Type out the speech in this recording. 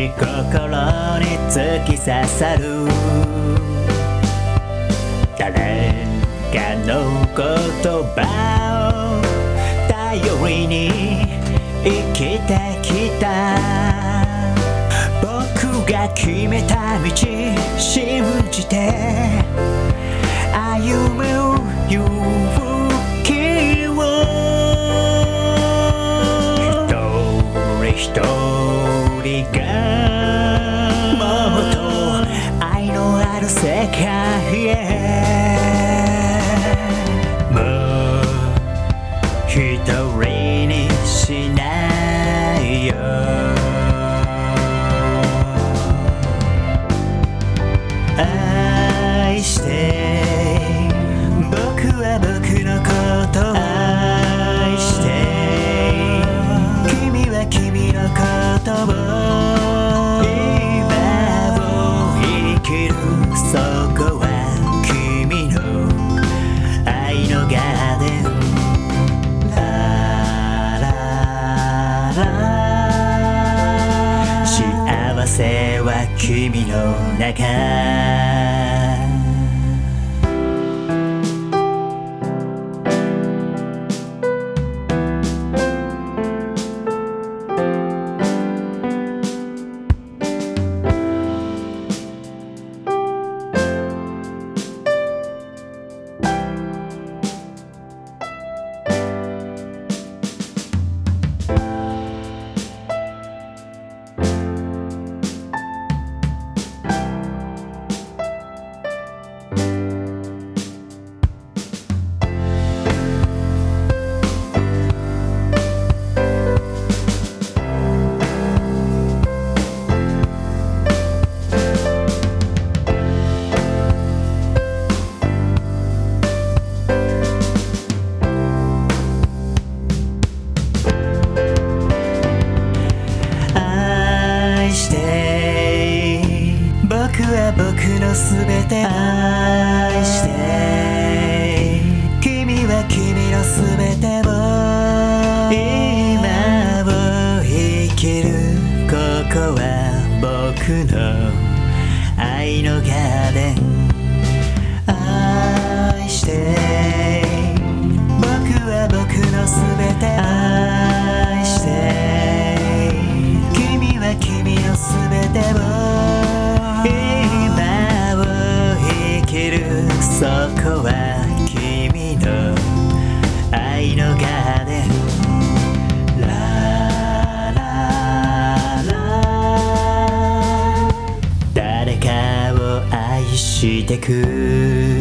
心に突き刺さる誰かの言葉を頼りに生きてきた僕が決めた道信じて歩む勇気を一人がもっと愛のある世界へもう一人にしないよ愛して僕は僕のことを愛して君は君のことを今を生きるそこは君の愛のガーデンララ幸せは君の中僕は僕のすべて愛して君は君のすべてを今を生きるここは僕の愛のガーデン愛して僕は僕のすべて愛して君は君のすべてを今を生きるそこは君の愛のガーデンラララ誰かを愛してく